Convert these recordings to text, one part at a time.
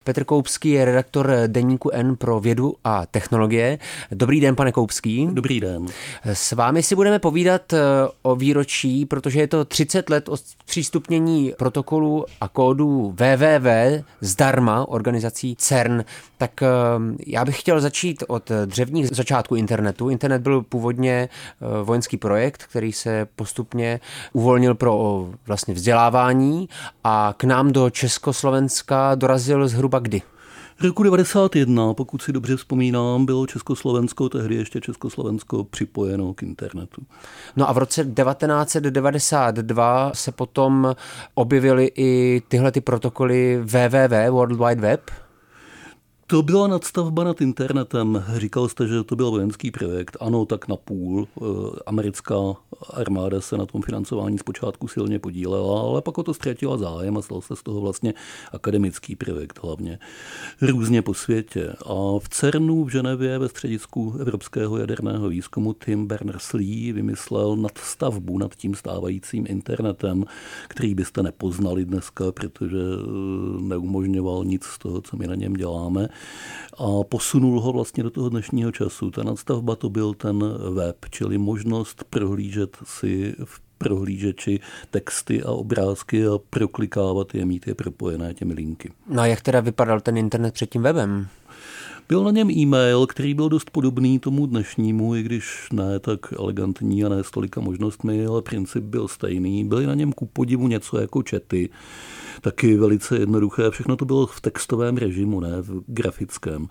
Petr Koupský je redaktor deníku N pro vědu a technologie. Dobrý den, pane Koupský. Dobrý den. S vámi si budeme povídat o výročí, protože je to 30 let od zpřístupnění protokolu a kódu www zdarma organizací CERN. Tak já bych chtěl začít od dřevních začátků internetu. Internet byl původně vojenský projekt, který se postupně uvolnil pro vlastně vzdělávání a k nám do Československa dorazil zhruba kdy? Roku 1991, pokud si dobře vzpomínám, bylo Československo, tehdy ještě Československo připojeno k internetu. No a v roce 1992 se potom objevily i tyhle ty protokoly www, World Wide Web. To byla nadstavba nad internetem. Říkal jste, že to byl vojenský projekt. Ano, tak na půl. Americká armáda se na tom financování zpočátku silně podílela, ale pak o to ztratila zájem a stal se z toho vlastně akademický projekt hlavně. Různě po světě. A v CERNu v Ženevě ve středisku Evropského jaderného výzkumu Tim Berners-Lee vymyslel nadstavbu nad tím stávajícím internetem, který byste nepoznali dneska, protože neumožňoval nic z toho, co my na něm děláme. A posunul ho vlastně do toho dnešního času. Ta nadstavba to byl ten web, čili možnost prohlížet si v prohlížeči texty a obrázky a proklikávat je, mít je propojené těmi linky. No a jak teda vypadal ten internet před tím webem? Byl na něm e-mail, který byl dost podobný tomu dnešnímu, i když ne tak elegantní a ne s tolika možnostmi, ale princip byl stejný. Byly na něm ku podivu něco jako chaty, taky velice jednoduché. Všechno to bylo v textovém režimu, ne v grafickém.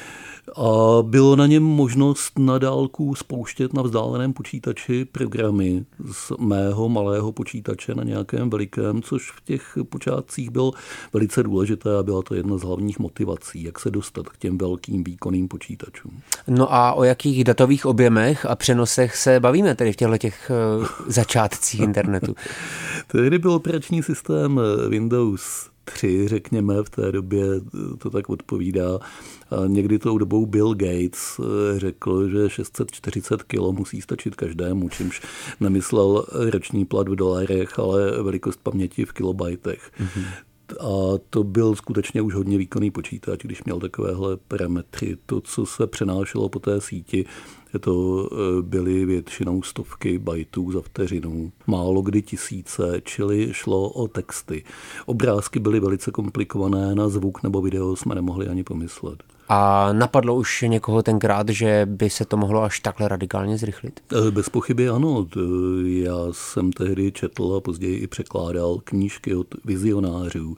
A bylo na něm možnost na dálku spouštět na vzdáleném počítači programy z mého malého počítače na nějakém velikém, což v těch počátcích bylo velice důležité a byla to jedna z hlavních motivací, jak se dostat k těm velkým výkonným počítačům. No a o jakých datových objemech a přenosech se bavíme tedy v těchto začátcích internetu? Tehdy byl operační systém Windows 3, řekněme, v té době to tak odpovídá. A někdy tou dobou Bill Gates řekl, že 640 kilo musí stačit každému, čímž nemyslel roční plat v dolarech, ale velikost paměti v kilobajtech. Mm-hmm. A to byl skutečně už hodně výkonný počítač, když měl takovéhle parametry. To, co se přenášelo po té síti, to byly většinou stovky bajtů za vteřinu, málo kdy tisíce, čili šlo o texty. Obrázky byly velice komplikované, na zvuk nebo video jsme nemohli ani pomyslet. A napadlo už někoho tenkrát, že by se to mohlo až takhle radikálně zrychlit? Bez pochyby ano. Já jsem tehdy četl a později i překládal knížky od vizionářů,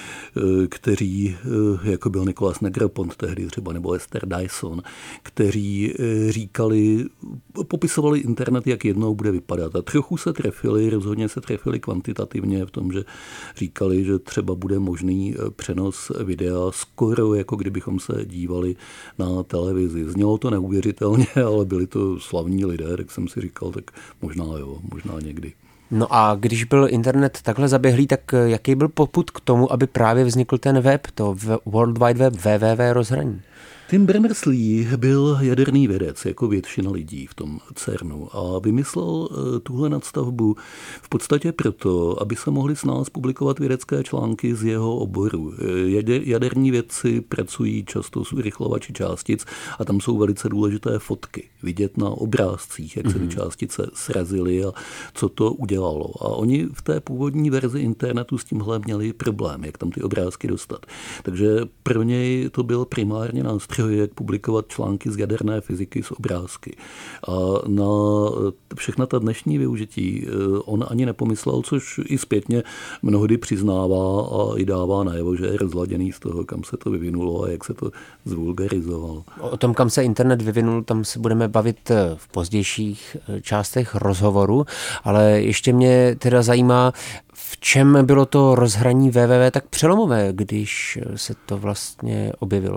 kteří, jako byl Nicholas Negroponte tehdy třeba, nebo Esther Dyson, kteří říkali, popisovali internet, jak jednou bude vypadat. A trochu se trefili, rozhodně se trefili kvantitativně v tom, že říkali, že třeba bude možný přenos videa skoro, jako kdybychom se dívali na televizi. Znělo to neuvěřitelně, ale byli to slavní lidé, tak jsem si říkal, tak možná jo, možná někdy. No a když byl internet takhle zaběhlý, tak jaký byl popud k tomu, aby právě vznikl ten web, to World Wide Web, www rozhraní? Tim Berners-Lee byl jaderný vědec, jako většina lidí v tom CERNu a vymyslel tuhle nadstavbu v podstatě proto, aby se mohli s nás publikovat vědecké články z jeho oboru. Jaderní vědci pracují často s urychlovači částic a tam jsou velice důležité fotky vidět na obrázcích, jak se ty částice srazily a co to udělalo. A oni v té původní verzi internetu s tímhle měli problém, jak tam ty obrázky dostat. Takže pro něj to byl primárně nástroj, jak publikovat články z jaderné fyziky z obrázky. A na všechna ta dnešní využití on ani nepomyslel, což i zpětně mnohdy přiznává a i dává najevo, že je rozladěný z toho, kam se to vyvinulo a jak se to zvulgarizovalo. O tom, kam se internet vyvinul, tam se budeme bavit v pozdějších částech rozhovoru, ale ještě mě teda zajímá, v čem bylo to rozhraní www tak přelomové, když se to vlastně objevilo?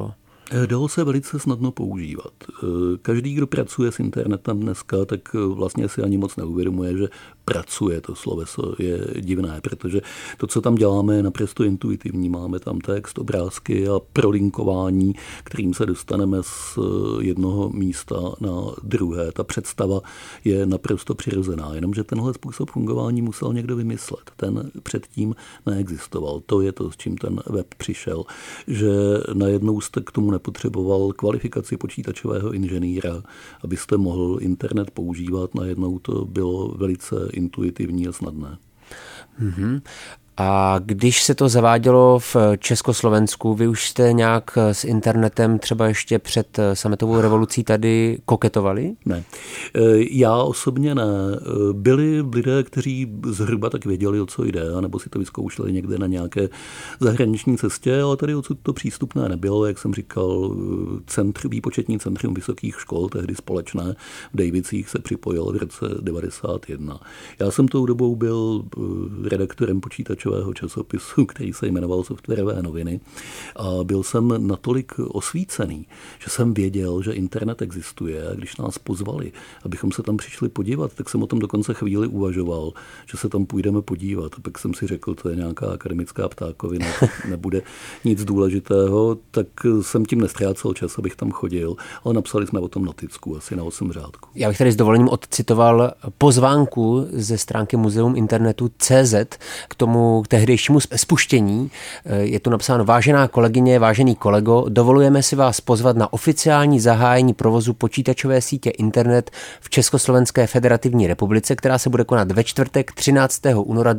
Dalo se velice snadno používat. Každý, kdo pracuje s internetem dneska, tak vlastně si ani moc neuvědomuje, že pracuje. To sloveso je divné, protože to, co tam děláme, je naprosto intuitivní. Máme tam text, obrázky a prolinkování, kterým se dostaneme z jednoho místa na druhé. Ta představa je naprosto přirozená, jenomže tenhle způsob fungování musel někdo vymyslet. Ten předtím neexistoval. To je to, s čím ten web přišel, že najednou jste k tomu nepotřeboval kvalifikaci počítačového inženýra, abyste mohl internet používat. Najednou to bylo velice intuitivní a snadné. Mm-hmm. A když se to zavádělo v Československu, vy už jste nějak s internetem třeba ještě před sametovou revolucí tady koketovali? Ne. Já osobně ne. Byli lidé, kteří zhruba tak věděli, o co jde, anebo si to vyzkoušeli někde na nějaké zahraniční cestě, ale tady odsud to přístupné nebylo, jak jsem říkal, výpočetní centrum vysokých škol, tehdy společné, v Dejvicích se připojil v roce 1991. Já jsem tou dobou byl redaktorem počítačového časopisu, který se jmenoval Softwarové noviny, a byl jsem natolik osvícený, že jsem věděl, že internet existuje, a když nás pozvali, abychom se tam přišli podívat, tak jsem o tom dokonce chvíli uvažoval, že se tam půjdeme podívat. A pak jsem si řekl, to je nějaká akademická ptákovina, nebude nic důležitého, tak jsem tím nestrácel čas, abych tam chodil, ale napsali jsme o tom noticku, asi na 8 řádků. Já bych tady s dovolením odcitoval pozvánku ze stránky Muzeum internetu CZ k tomu k tehdejšímu spuštění. Je tu napsáno: vážená kolegyně, vážený kolego, dovolujeme si vás pozvat na oficiální zahájení provozu počítačové sítě internet v Československé federativní republice, která se bude konat ve čtvrtek 13. února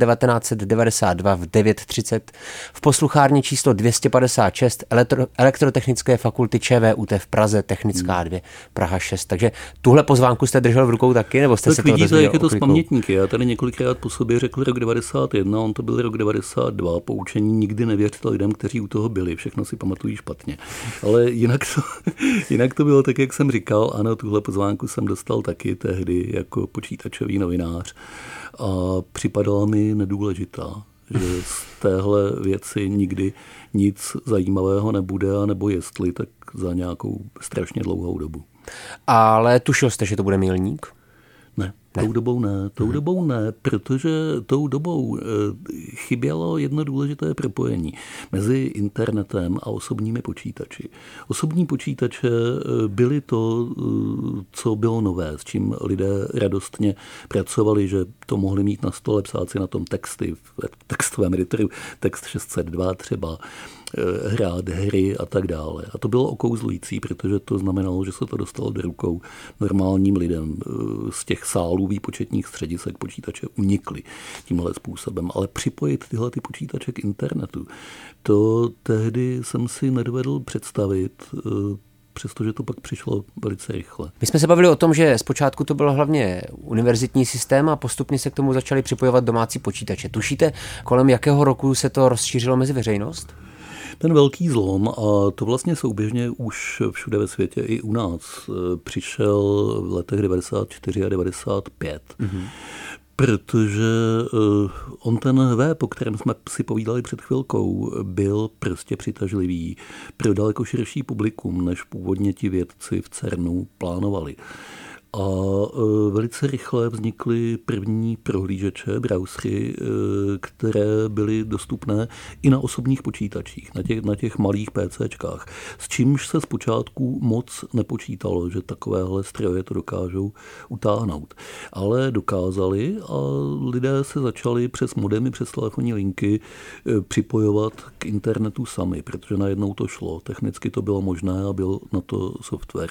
1992 v 9:30 v posluchárně číslo 256 Elektrotechnické fakulty ČVUT v Praze, Technická 2, Praha 6. Takže tuhle pozvánku jste držel v rukou taky, nebo jste tak se toho vidíte, jak je to oklikou? s pamětníky. Já tady několikrát po sobě řekl rok 91, on to byl rok 92. Poučení: nikdy nevěřte lidem, kteří u toho byli. Všechno si pamatují špatně. Ale jinak to bylo tak, jak jsem říkal. Ano, tuhle pozvánku jsem dostal taky tehdy jako počítačový novinář a připadala mi nedůležitá, že z téhle věci nikdy nic zajímavého nebude, anebo jestli, tak za nějakou strašně dlouhou dobu. Ale tušil jste, že to bude milník? Ne. Tou dobou ne, protože tou dobou chybělo jedno důležité propojení mezi internetem a osobními počítači. Osobní počítače byly to, co bylo nové, s čím lidé radostně pracovali, že to mohli mít na stole, psát si na tom texty, v textovém editoru text 602 třeba, hrát hry a tak dále. A to bylo okouzlující, protože to znamenalo, že se to dostalo do rukou normálním lidem. Z těch sálů výpočetních středisek počítače unikly tímhle způsobem. Ale připojit tyhle ty počítače k internetu, to tehdy jsem si nedovedl představit, přestože to pak přišlo velice rychle. My jsme se bavili o tom, že zpočátku to byl hlavně univerzitní systém a postupně se k tomu začali připojovat domácí počítače. Tušíte, kolem jakého roku se to rozšířilo mezi veřejnost? Ten velký zlom, a to vlastně souběžně už všude ve světě i u nás, přišel v letech 94 a 95. Mm-hmm. Protože on ten web, o kterém jsme si povídali před chvilkou, byl prostě přitažlivý pro daleko širší publikum, než původně ti vědci v CERNu plánovali. A velice rychle vznikly první prohlížeče, browsery, které byly dostupné i na osobních počítačích, na těch malých PCčkách. S čímž se zpočátku moc nepočítalo, že takovéhle stroje to dokážou utáhnout. Ale dokázali a lidé se začali přes modemy, přes telefonní linky připojovat k internetu sami, protože najednou to šlo. Technicky to bylo možné a byl na to software.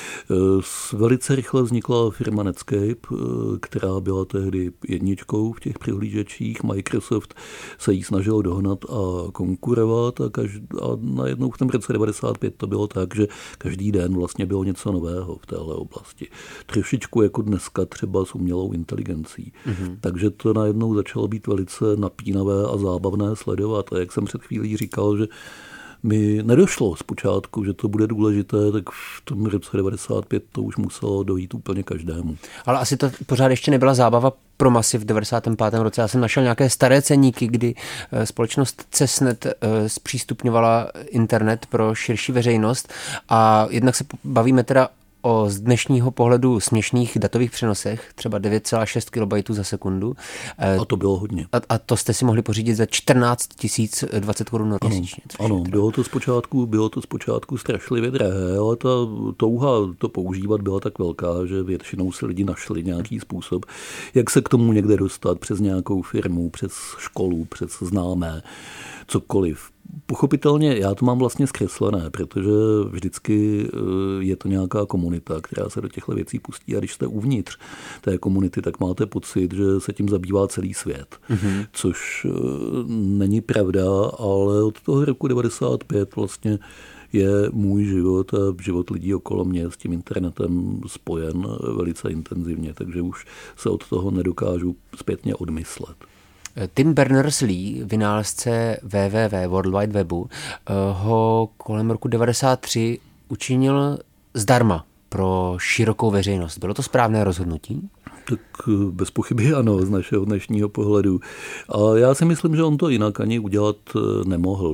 Velice rychle vznikla firma Netscape, která byla tehdy jedničkou v těch přihlížečích. Microsoft se jí snažil dohnat a konkurovat a najednou v tom roce 95 to bylo tak, že každý den vlastně bylo něco nového v téhle oblasti. Trošičku jako dneska třeba s umělou inteligencí. Mm-hmm. Takže to najednou začalo být velice napínavé a zábavné sledovat. A jak jsem před chvílí říkal, že mi nedošlo zpočátku, že to bude důležité, tak v tom roce 95 to už muselo dojít úplně každému. Ale asi to pořád ještě nebyla zábava pro masy v 95. roce. Já jsem našel nějaké staré ceníky, kdy společnost Cessnet zpřístupňovala internet pro širší veřejnost a jednak se bavíme teda o z dnešního pohledu směšných datových přenosech, třeba 9,6 KB za sekundu. A to bylo hodně. A to jste si mohli pořídit za 14 020 korun měsíčně. Ano, bylo to zpočátku strašlivě drahé, ale ta touha to používat byla tak velká, že většinou si lidi našli nějaký způsob, jak se k tomu někde dostat přes nějakou firmu, přes školu, přes známé, cokoliv. Pochopitelně já to mám vlastně zkreslené, protože vždycky je to nějaká komunita, která se do těchto věcí pustí a když jste uvnitř té komunity, tak máte pocit, že se tím zabývá celý svět, což není pravda, ale od toho roku 95 vlastně je můj život a život lidí okolo mě s tím internetem spojen velice intenzivně, takže už se od toho nedokážu zpětně odmyslet. Tim Berners-Lee, vynálezce www, World Wide Webu, ho kolem roku 93 učinil zdarma pro širokou veřejnost. Bylo to správné rozhodnutí? Tak bez pochyby ano, z našeho dnešního pohledu. A já si myslím, že on to jinak ani udělat nemohl.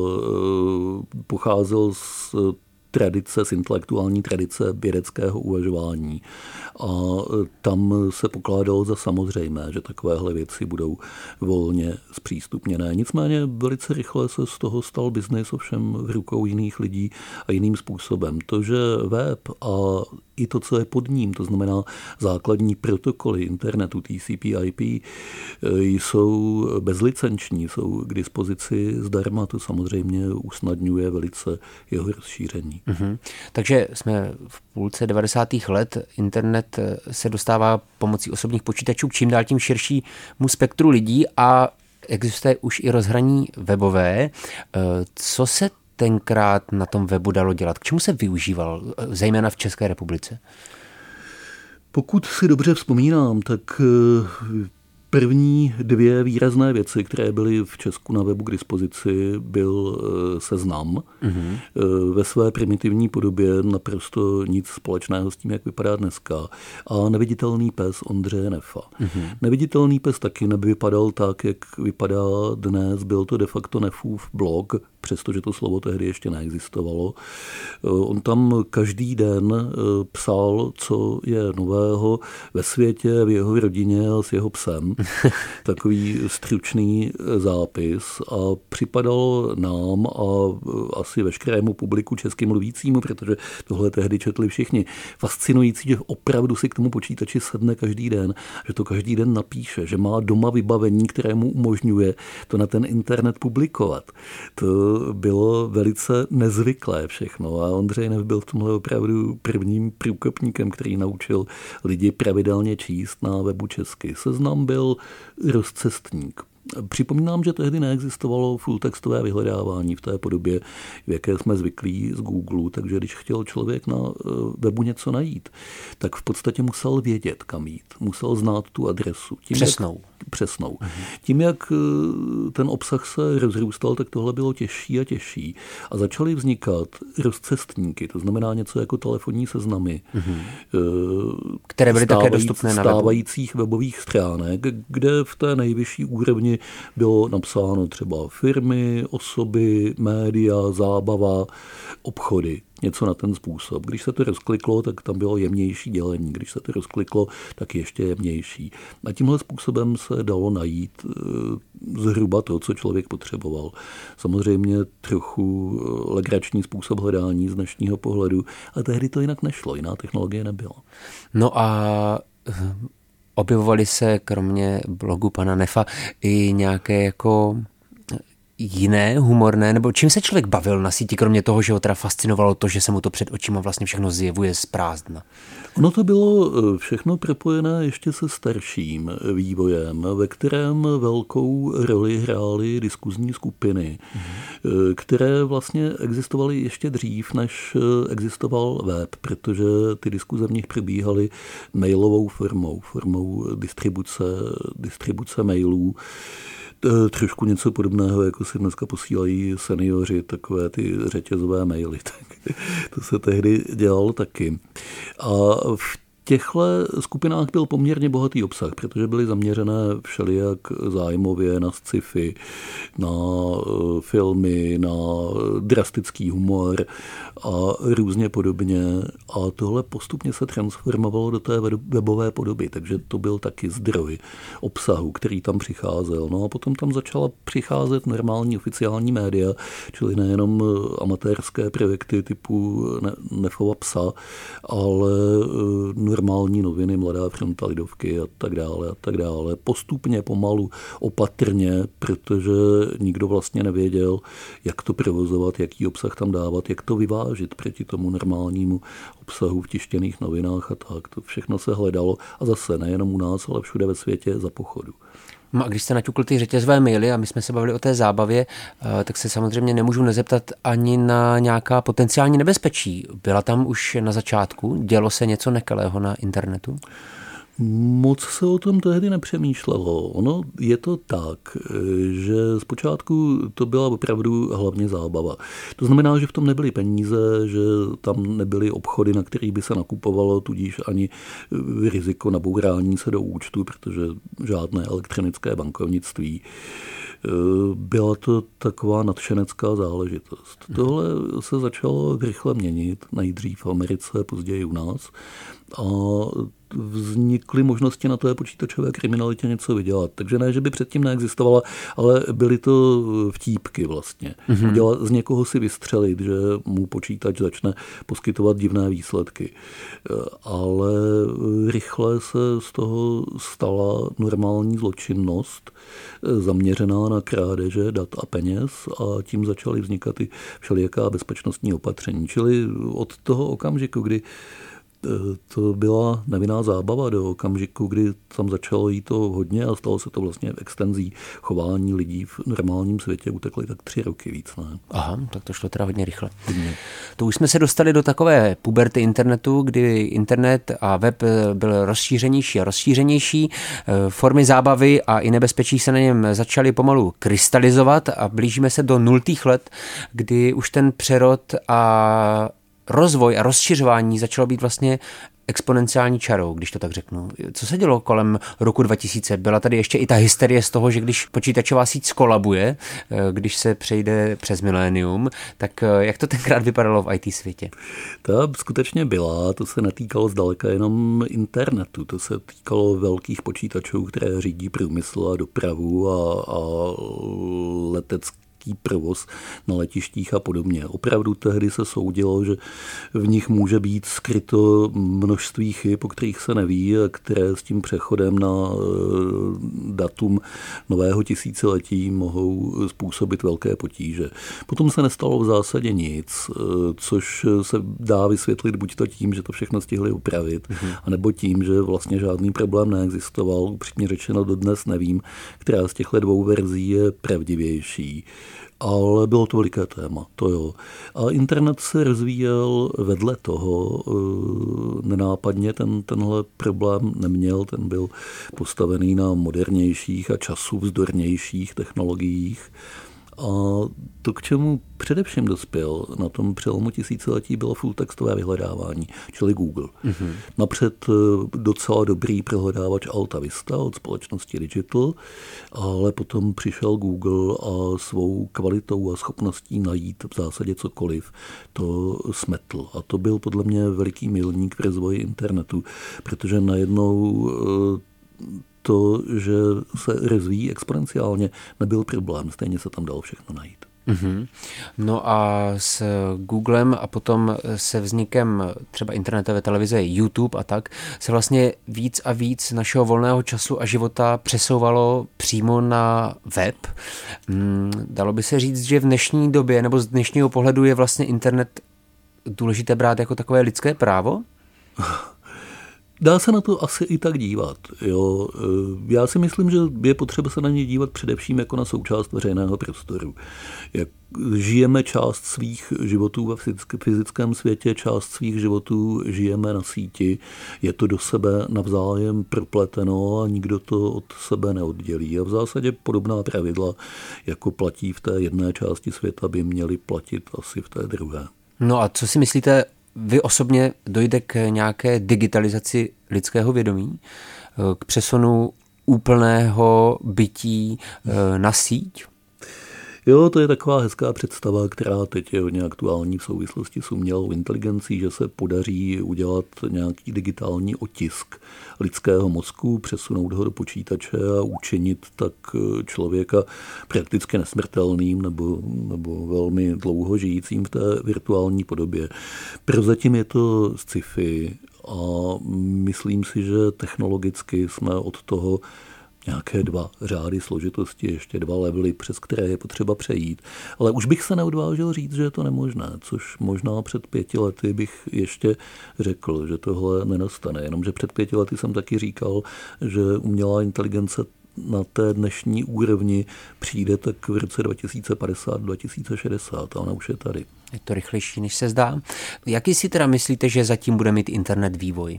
Pocházel z intelektuální tradice vědeckého uvažování. A tam se pokládalo za samozřejmé, že takovéhle věci budou volně zpřístupněné. Nicméně velice rychle se z toho stal biznis ovšem v rukou jiných lidí a jiným způsobem. To, že web a i to, co je pod ním, to znamená základní protokoly internetu TCP/IP, jsou bezlicenční, jsou k dispozici zdarma, to samozřejmě usnadňuje velice jeho rozšíření. Takže jsme v půlce 90. let, internet se dostává pomocí osobních počítačů k čím dál tím širšímu spektru lidí a existuje už i rozhraní webové. Co se tenkrát na tom webu dalo dělat? K čemu se využíval, zejména v České republice? Pokud si dobře vzpomínám, tak první dvě výrazné věci, které byly v Česku na webu k dispozici, byl Seznam. Ve své primitivní podobě naprosto nic společného s tím, jak vypadá dneska. A Neviditelný pes Ondřeje Neffa. Neviditelný pes taky nevypadal tak, jak vypadá dnes. Byl to de facto Neffův blog, přestože to slovo tehdy ještě neexistovalo. On tam každý den psal, co je nového ve světě, v jeho rodině a s jeho psem. Takový stručný zápis a připadalo nám a asi veškerému publiku česky mluvícímu, protože tohle tehdy četli všichni, fascinující, že opravdu si k tomu počítači sedne každý den, že to každý den napíše, že má doma vybavení, které mu umožňuje to na ten internet publikovat. To bylo velice nezvyklé všechno a Ondřej Neff byl v tomhle opravdu prvním průkopníkem, který naučil lidi pravidelně číst na webu česky. Seznam byl rozcestník. Připomínám, že tehdy neexistovalo fulltextové vyhledávání v té podobě, v jaké jsme zvyklí z Google, takže když chtěl člověk na webu něco najít, tak v podstatě musel vědět, kam jít. Musel znát tu adresu. Přesnou. Tím, jak ten obsah se rozrůstal, tak tohle bylo těžší a těžší. A začaly vznikat rozcestníky, to znamená něco jako telefonní seznamy, které byly také dostupné na webu. Stávajících webových stránek, kde v té nejvyšší úrovni bylo napsáno třeba firmy, osoby, média, zábava, obchody. Něco na ten způsob. Když se to rozkliklo, tak tam bylo jemnější dělení. Když se to rozkliklo, tak ještě jemnější. A tímhle způsobem se dalo najít zhruba to, co člověk potřeboval. Samozřejmě trochu legrační způsob hledání z dnešního pohledu, ale tehdy to jinak nešlo, jiná technologie nebyla. No a objevovaly se kromě blogu pana Neffa i nějaké jako jiné, humorné, nebo čím se člověk bavil na síti, kromě toho, že ho teda fascinovalo to, že se mu to před očima vlastně všechno zjevuje z prázdna? Ono to bylo všechno propojené ještě se starším vývojem, ve kterém velkou roli hrály diskuzní skupiny, které vlastně existovaly ještě dřív, než existoval web, protože ty diskuze v nich probíhaly mailovou formou distribuce mailů. Trošku něco podobného, jako si dneska posílají seniori, takové ty řetězové maily. Tak to se tehdy dělalo taky. A v těchto skupinách byl poměrně bohatý obsah, protože byly zaměřené všelijak zájmově na sci-fi, na filmy, na drastický humor a různě podobně. A tohle postupně se transformovalo do té webové podoby, takže to byl taky zdroj obsahu, který tam přicházel. No a potom tam začala přicházet normální oficiální média, čili nejenom amatérské projekty typu Nefova psa, ale normální noviny, Mladá fronta, Lidovky a tak dále. Postupně, pomalu, opatrně, protože nikdo vlastně nevěděl, jak to provozovat, jaký obsah tam dávat, jak to vyvážit proti tomu normálnímu obsahu v tištěných novinách a tak. To všechno se hledalo a zase nejenom u nás, ale všude ve světě za pochodu. No a když jste naťukl ty řetězové maily a my jsme se bavili o té zábavě, tak se samozřejmě nemůžu nezeptat ani na nějaká potenciální nebezpečí. Byla tam už na začátku? Dělo se něco nekalého na internetu? Moc se o tom tehdy nepřemýšlelo. Ono je to tak, že zpočátku to byla opravdu hlavně zábava. To znamená, že v tom nebyly peníze, že tam nebyly obchody, na kterých by se nakupovalo, tudíž ani riziko nabourání se do účtu, protože žádné elektronické bankovnictví. Byla to taková nadšenecká záležitost. Tohle se začalo rychle měnit, nejdřív v Americe, později u nás. A vznikly možnosti na té počítačové kriminalitě něco vydělat. Takže ne, že by předtím neexistovala, ale byly to vtípky vlastně. Udělat, z někoho si vystřelit, že mu počítač začne poskytovat divné výsledky. Ale rychle se z toho stala normální zločinnost, zaměřená na krádeže dat a peněz a tím začaly vznikat i všelijaká bezpečnostní opatření. Čili od toho okamžiku, kdy to byla nevinná zábava do okamžiku, kdy tam začalo jít to hodně a stalo se to vlastně extenzí chování lidí v normálním světě. Utekly tak 3 roky víc. Ne? Aha, tak to šlo teda hodně rychle. To už jsme se dostali do takové puberty internetu, kdy internet a web byl rozšířenější a rozšířenější. Formy zábavy a i nebezpečí se na něm začaly pomalu krystalizovat a blížíme se do 0. let, kdy už ten přerod a rozvoj a rozšiřování začalo být vlastně exponenciální čarou, když to tak řeknu. Co se dělo kolem roku 2000? Byla tady ještě i ta hysterie z toho, že když počítačová síť skolabuje, když se přejde přes milénium, tak jak to tenkrát vypadalo v IT světě? To skutečně byla, to se netýkalo zdaleka jenom internetu, to se týkalo velkých počítačů, které řídí průmysl a dopravu a letecké provoz na letištích a podobně. Opravdu tehdy se soudilo, že v nich může být skryto množství chyb, o kterých se neví, a které s tím přechodem na datum nového tisíciletí mohou způsobit velké potíže. Potom se nestalo v zásadě nic, což se dá vysvětlit buď to tím, že to všechno stihli upravit, anebo tím, že vlastně žádný problém neexistoval. Upřímně řečeno dodnes nevím, která z těchto 2 verzí je pravdivější. Ale bylo to veliké téma, to jo. A internet se rozvíjel vedle toho nenápadně, tenhle problém neměl, ten byl postavený na modernějších a času vzdornějších technologiích. A to, k čemu především dospěl na tom přelomu tisíciletí, bylo fulltextové vyhledávání, čili Google. Napřed docela dobrý prohledávač Alta Vista od společnosti Digital, ale potom přišel Google a svou kvalitou a schopností najít v zásadě cokoliv to smetl. A to byl podle mě veliký milník v rozvoji internetu, protože najednou to, že se rozvíjí exponenciálně, nebyl problém. Stejně se tam dalo všechno najít. No a s Googlem a potom se vznikem třeba internetové televize, YouTube a tak, se vlastně víc a víc našeho volného času a života přesouvalo přímo na web. Dalo by se říct, že v dnešní době nebo z dnešního pohledu je vlastně internet důležité brát jako takové lidské právo? Dá se na to asi i tak dívat. Jo. Já si myslím, že je potřeba se na ně dívat především jako na součást veřejného prostoru. žijeme část svých životů ve fyzickém světě, část svých životů žijeme na síti. Je to do sebe navzájem propleteno a nikdo to od sebe neoddělí. A v zásadě podobná pravidla, jako platí v té jedné části světa, by měly platit asi v té druhé. No a co si myslíte, vy osobně dojde k nějaké digitalizaci lidského vědomí, k přesunu úplného bytí na síť? Jo, to je taková hezká představa, která teď je hodně aktuální v souvislosti s umělou inteligencí, že se podaří udělat nějaký digitální otisk lidského mozku, přesunout ho do počítače a učinit tak člověka prakticky nesmrtelným nebo velmi dlouho žijícím v té virtuální podobě. Prozatím je to sci-fi a myslím si, že technologicky jsme od toho nějaké 2 řády složitosti, ještě 2 levely, přes které je potřeba přejít. Ale už bych se neodvážil říct, že je to nemožné, což možná před 5 lety bych ještě řekl, že tohle nenastane. Jenomže před 5 lety jsem taky říkal, že umělá inteligence na té dnešní úrovni přijde tak v roce 2050-2060 a ona už je tady. Je to rychlejší, než se zdá. Jaký si teda myslíte, že zatím bude mít internet vývoj?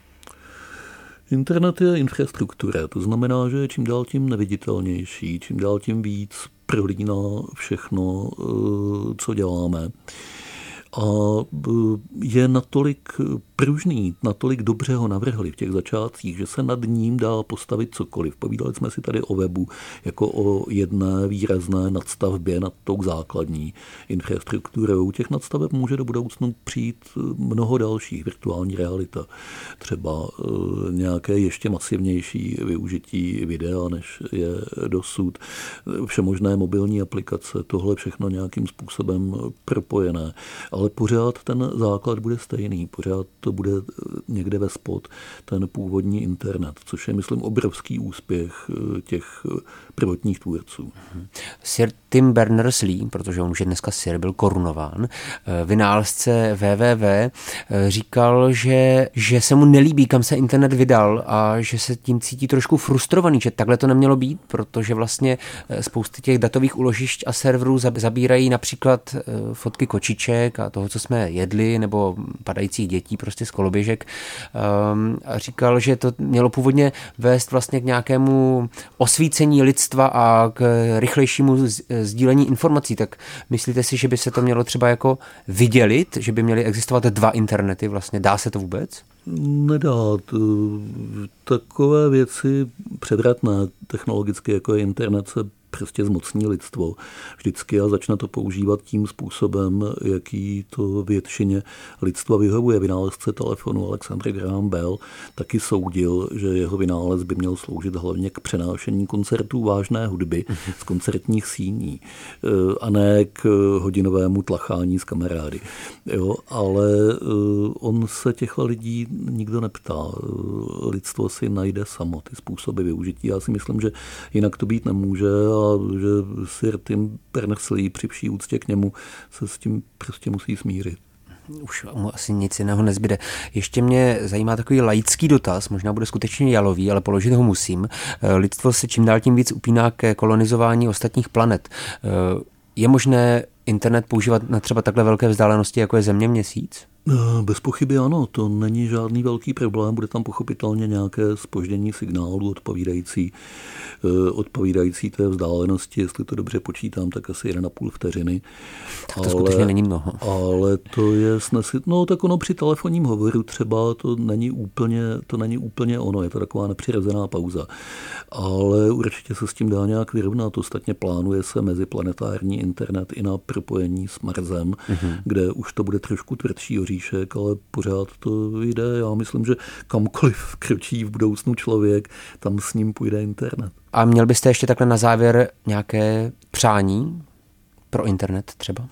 Internet je infrastruktura, to znamená, že je čím dál tím neviditelnější, čím dál tím víc prolíná všechno, co děláme. A je natolik pružný, natolik dobře ho navrhli v těch začátcích, že se nad ním dá postavit cokoliv. Povídali jsme si tady o webu jako o jedné výrazné nadstavbě nad tou základní infrastrukturou. Těch nadstaveb může do budoucnu přijít mnoho dalších, virtuální realita. Třeba nějaké ještě masivnější využití videa, než je dosud. Všemožné mobilní aplikace, tohle všechno nějakým způsobem propojené. Ale pořád ten základ bude stejný, pořád to bude někde ve spod, ten původní internet, což je, myslím, obrovský úspěch těch prvotních tvůrců. Sir Tim Berners-Lee, protože on už je dneska Sir, byl korunován, vynálezce www, říkal, že se mu nelíbí, kam se internet vydal a že se tím cítí trošku frustrovaný, že takhle to nemělo být, protože vlastně spousty těch datových úložišť a serverů zabírají například fotky kočiček a toho, co jsme jedli, nebo padajících dětí prostě z koloběžek. A říkal, že to mělo původně vést vlastně k nějakému osvícení lidstva a k rychlejšímu sdílení informací. Tak myslíte si, že by se to mělo třeba jako vydělit, že by měly existovat 2 internety vlastně? Dá se to vůbec? Nedá. Takové věci převratné technologicky, jako je internet, se prostě zmocní lidstvo vždycky a začne to používat tím způsobem, jaký to většině lidstva vyhovuje. Vynálezce telefonu Alexander Graham Bell taky soudil, že jeho vynález by měl sloužit hlavně k přenášení koncertů vážné hudby z koncertních síní a ne k hodinovému tlachání s kamarády. Jo, ale on se těchto lidí nikdo neptá. Lidstvo si najde samo ty způsoby využití. Já si myslím, že jinak to být nemůže a že Sir Tim Berners-Lee při vší úctě k němu se s tím prostě musí smířit. Už mu asi nic jiného nezbyde. Ještě mě zajímá takový laický dotaz, možná bude skutečně jalový, ale položit ho musím. Lidstvo se čím dál tím víc upíná ke kolonizování ostatních planet. Je možné internet používat na třeba takhle velké vzdálenosti, jako je Země, Měsíc? Bez pochyby ano, to není žádný velký problém, bude tam pochopitelně nějaké zpoždění signálu odpovídající té vzdálenosti, jestli to dobře počítám, tak asi 1,5 vteřiny. Tak to skutečně není mnoho. Ale to je no tak ono při telefonním hovoru třeba to není úplně ono, je to taková nepřirozená pauza. Ale určitě se s tím dá nějak vyrovnat, ostatně plánuje se meziplanetární internet i na propojení s Marsem, kde už to bude trošku tvrdší oříšek, ale pořád to jde. Já myslím, že kamkoliv kročí v budoucnu člověk, tam s ním půjde internet. A měl byste ještě takhle na závěr nějaké přání pro internet třeba?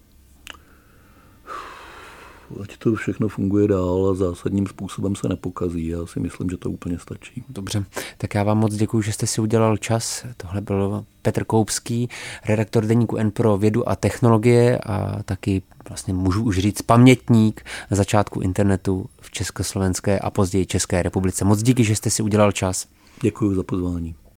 Ať to všechno funguje dál a zásadním způsobem se nepokazí. Já si myslím, že to úplně stačí. Dobře, tak já vám moc děkuji, že jste si udělal čas. Tohle byl Petr Koupský, redaktor deníku N pro vědu a technologie a taky vlastně můžu už říct pamětník na začátku internetu v Československé a později České republice. Moc díky, že jste si udělal čas. Děkuji za pozvání.